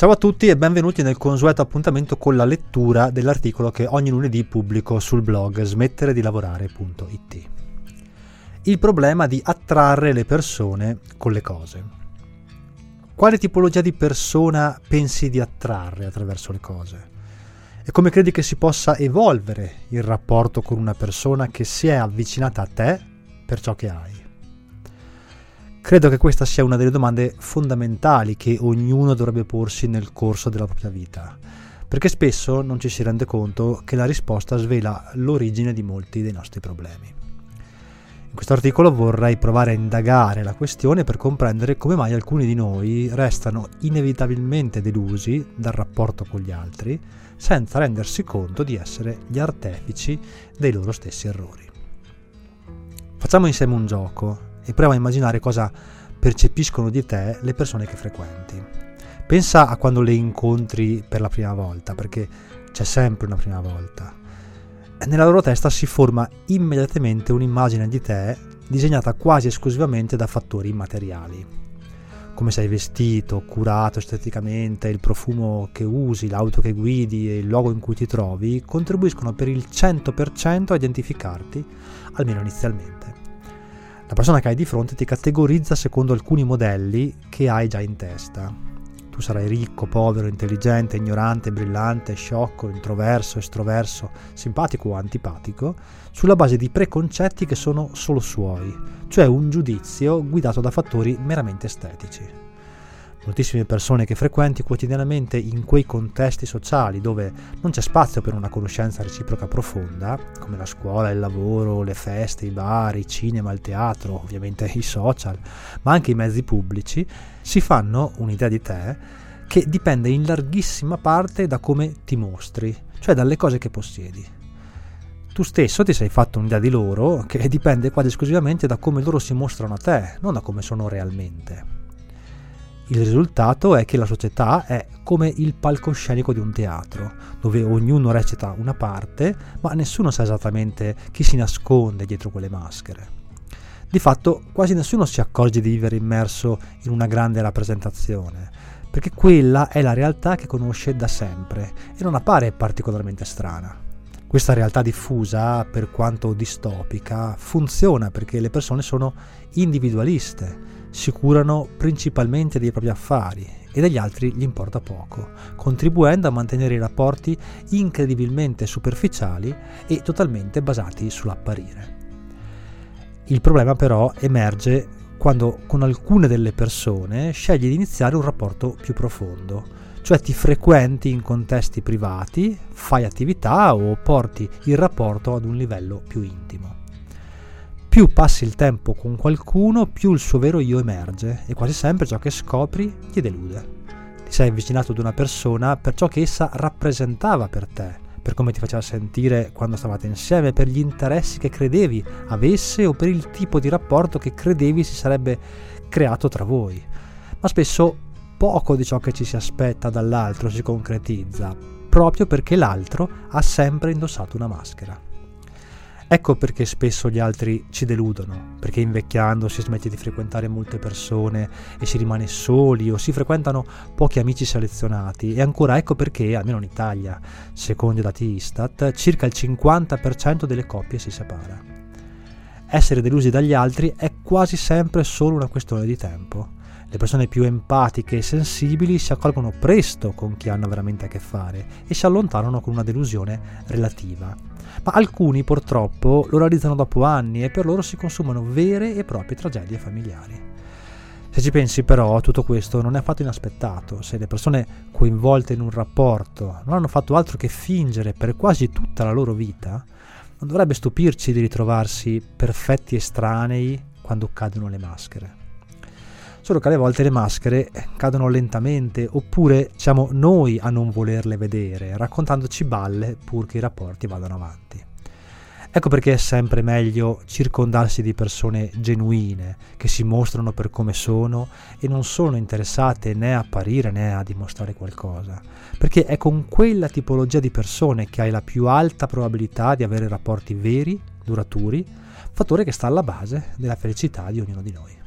Ciao a tutti e benvenuti nel consueto appuntamento con la lettura dell'articolo che ogni lunedì pubblico sul blog smetteredilavorare.it. Il problema di attrarre le persone con le cose. Quale tipologia di persona pensi di attrarre attraverso le cose? E come credi che si possa evolvere il rapporto con una persona che si è avvicinata a te per ciò che hai? Credo che questa sia una delle domande fondamentali che ognuno dovrebbe porsi nel corso della propria vita, perché spesso non ci si rende conto che la risposta svela l'origine di molti dei nostri problemi. In questo articolo vorrei provare a indagare la questione per comprendere come mai alcuni di noi restano inevitabilmente delusi dal rapporto con gli altri senza rendersi conto di essere gli artefici dei loro stessi errori. Facciamo insieme un gioco e prova a immaginare cosa percepiscono di te le persone che frequenti. Pensa a quando le incontri per la prima volta, perché c'è sempre una prima volta. Nella loro testa si forma immediatamente un'immagine di te disegnata quasi esclusivamente da fattori immateriali. Come sei vestito, curato esteticamente, il profumo che usi, l'auto che guidi e il luogo in cui ti trovi contribuiscono per il 100% a identificarti, almeno inizialmente. La persona che hai di fronte ti categorizza secondo alcuni modelli che hai già in testa. Tu sarai ricco, povero, intelligente, ignorante, brillante, sciocco, introverso, estroverso, simpatico o antipatico, sulla base di preconcetti che sono solo suoi, cioè un giudizio guidato da fattori meramente estetici. Moltissime persone che frequenti quotidianamente in quei contesti sociali dove non c'è spazio per una conoscenza reciproca profonda, come la scuola, il lavoro, le feste, i bar, i cinema, il teatro, ovviamente i social, ma anche i mezzi pubblici, si fanno un'idea di te che dipende in larghissima parte da come ti mostri, cioè dalle cose che possiedi. Tu stesso ti sei fatto un'idea di loro che dipende quasi esclusivamente da come loro si mostrano a te, non da come sono realmente. Il risultato è che la società è come il palcoscenico di un teatro, dove ognuno recita una parte, ma nessuno sa esattamente chi si nasconde dietro quelle maschere. Di fatto, quasi nessuno si accorge di vivere immerso in una grande rappresentazione, perché quella è la realtà che conosce da sempre e non appare particolarmente strana. Questa realtà diffusa, per quanto distopica, funziona perché le persone sono individualiste, si curano principalmente dei propri affari e degli altri gli importa poco, contribuendo a mantenere i rapporti incredibilmente superficiali e totalmente basati sull'apparire. Il problema però emerge quando con alcune delle persone scegli di iniziare un rapporto più profondo, cioè ti frequenti in contesti privati, fai attività o porti il rapporto ad un livello più intimo. Più passi il tempo con qualcuno, più il suo vero io emerge e quasi sempre ciò che scopri ti delude. Ti sei avvicinato ad una persona per ciò che essa rappresentava per te, per come ti faceva sentire quando stavate insieme, per gli interessi che credevi avesse o per il tipo di rapporto che credevi si sarebbe creato tra voi. Ma spesso poco di ciò che ci si aspetta dall'altro si concretizza, proprio perché l'altro ha sempre indossato una maschera. Ecco perché spesso gli altri ci deludono, perché invecchiando si smette di frequentare molte persone e si rimane soli o si frequentano pochi amici selezionati e ancora ecco perché, almeno in Italia, secondo i dati Istat, circa il 50% delle coppie si separa. Essere delusi dagli altri è quasi sempre solo una questione di tempo. Le persone più empatiche e sensibili si accorgono presto con chi hanno veramente a che fare e si allontanano con una delusione relativa. Ma alcuni purtroppo lo realizzano dopo anni e per loro si consumano vere e proprie tragedie familiari. Se ci pensi però, tutto questo non è affatto inaspettato. Se le persone coinvolte in un rapporto non hanno fatto altro che fingere per quasi tutta la loro vita, non dovrebbe stupirci di ritrovarsi perfetti estranei quando cadono le maschere. Solo che alle volte le maschere cadono lentamente oppure siamo noi a non volerle vedere, raccontandoci balle pur che i rapporti vadano avanti. Ecco perché è sempre meglio circondarsi di persone genuine, che si mostrano per come sono e non sono interessate né a apparire né a dimostrare qualcosa, perché è con quella tipologia di persone che hai la più alta probabilità di avere rapporti veri, duraturi, fattore che sta alla base della felicità di ognuno di noi.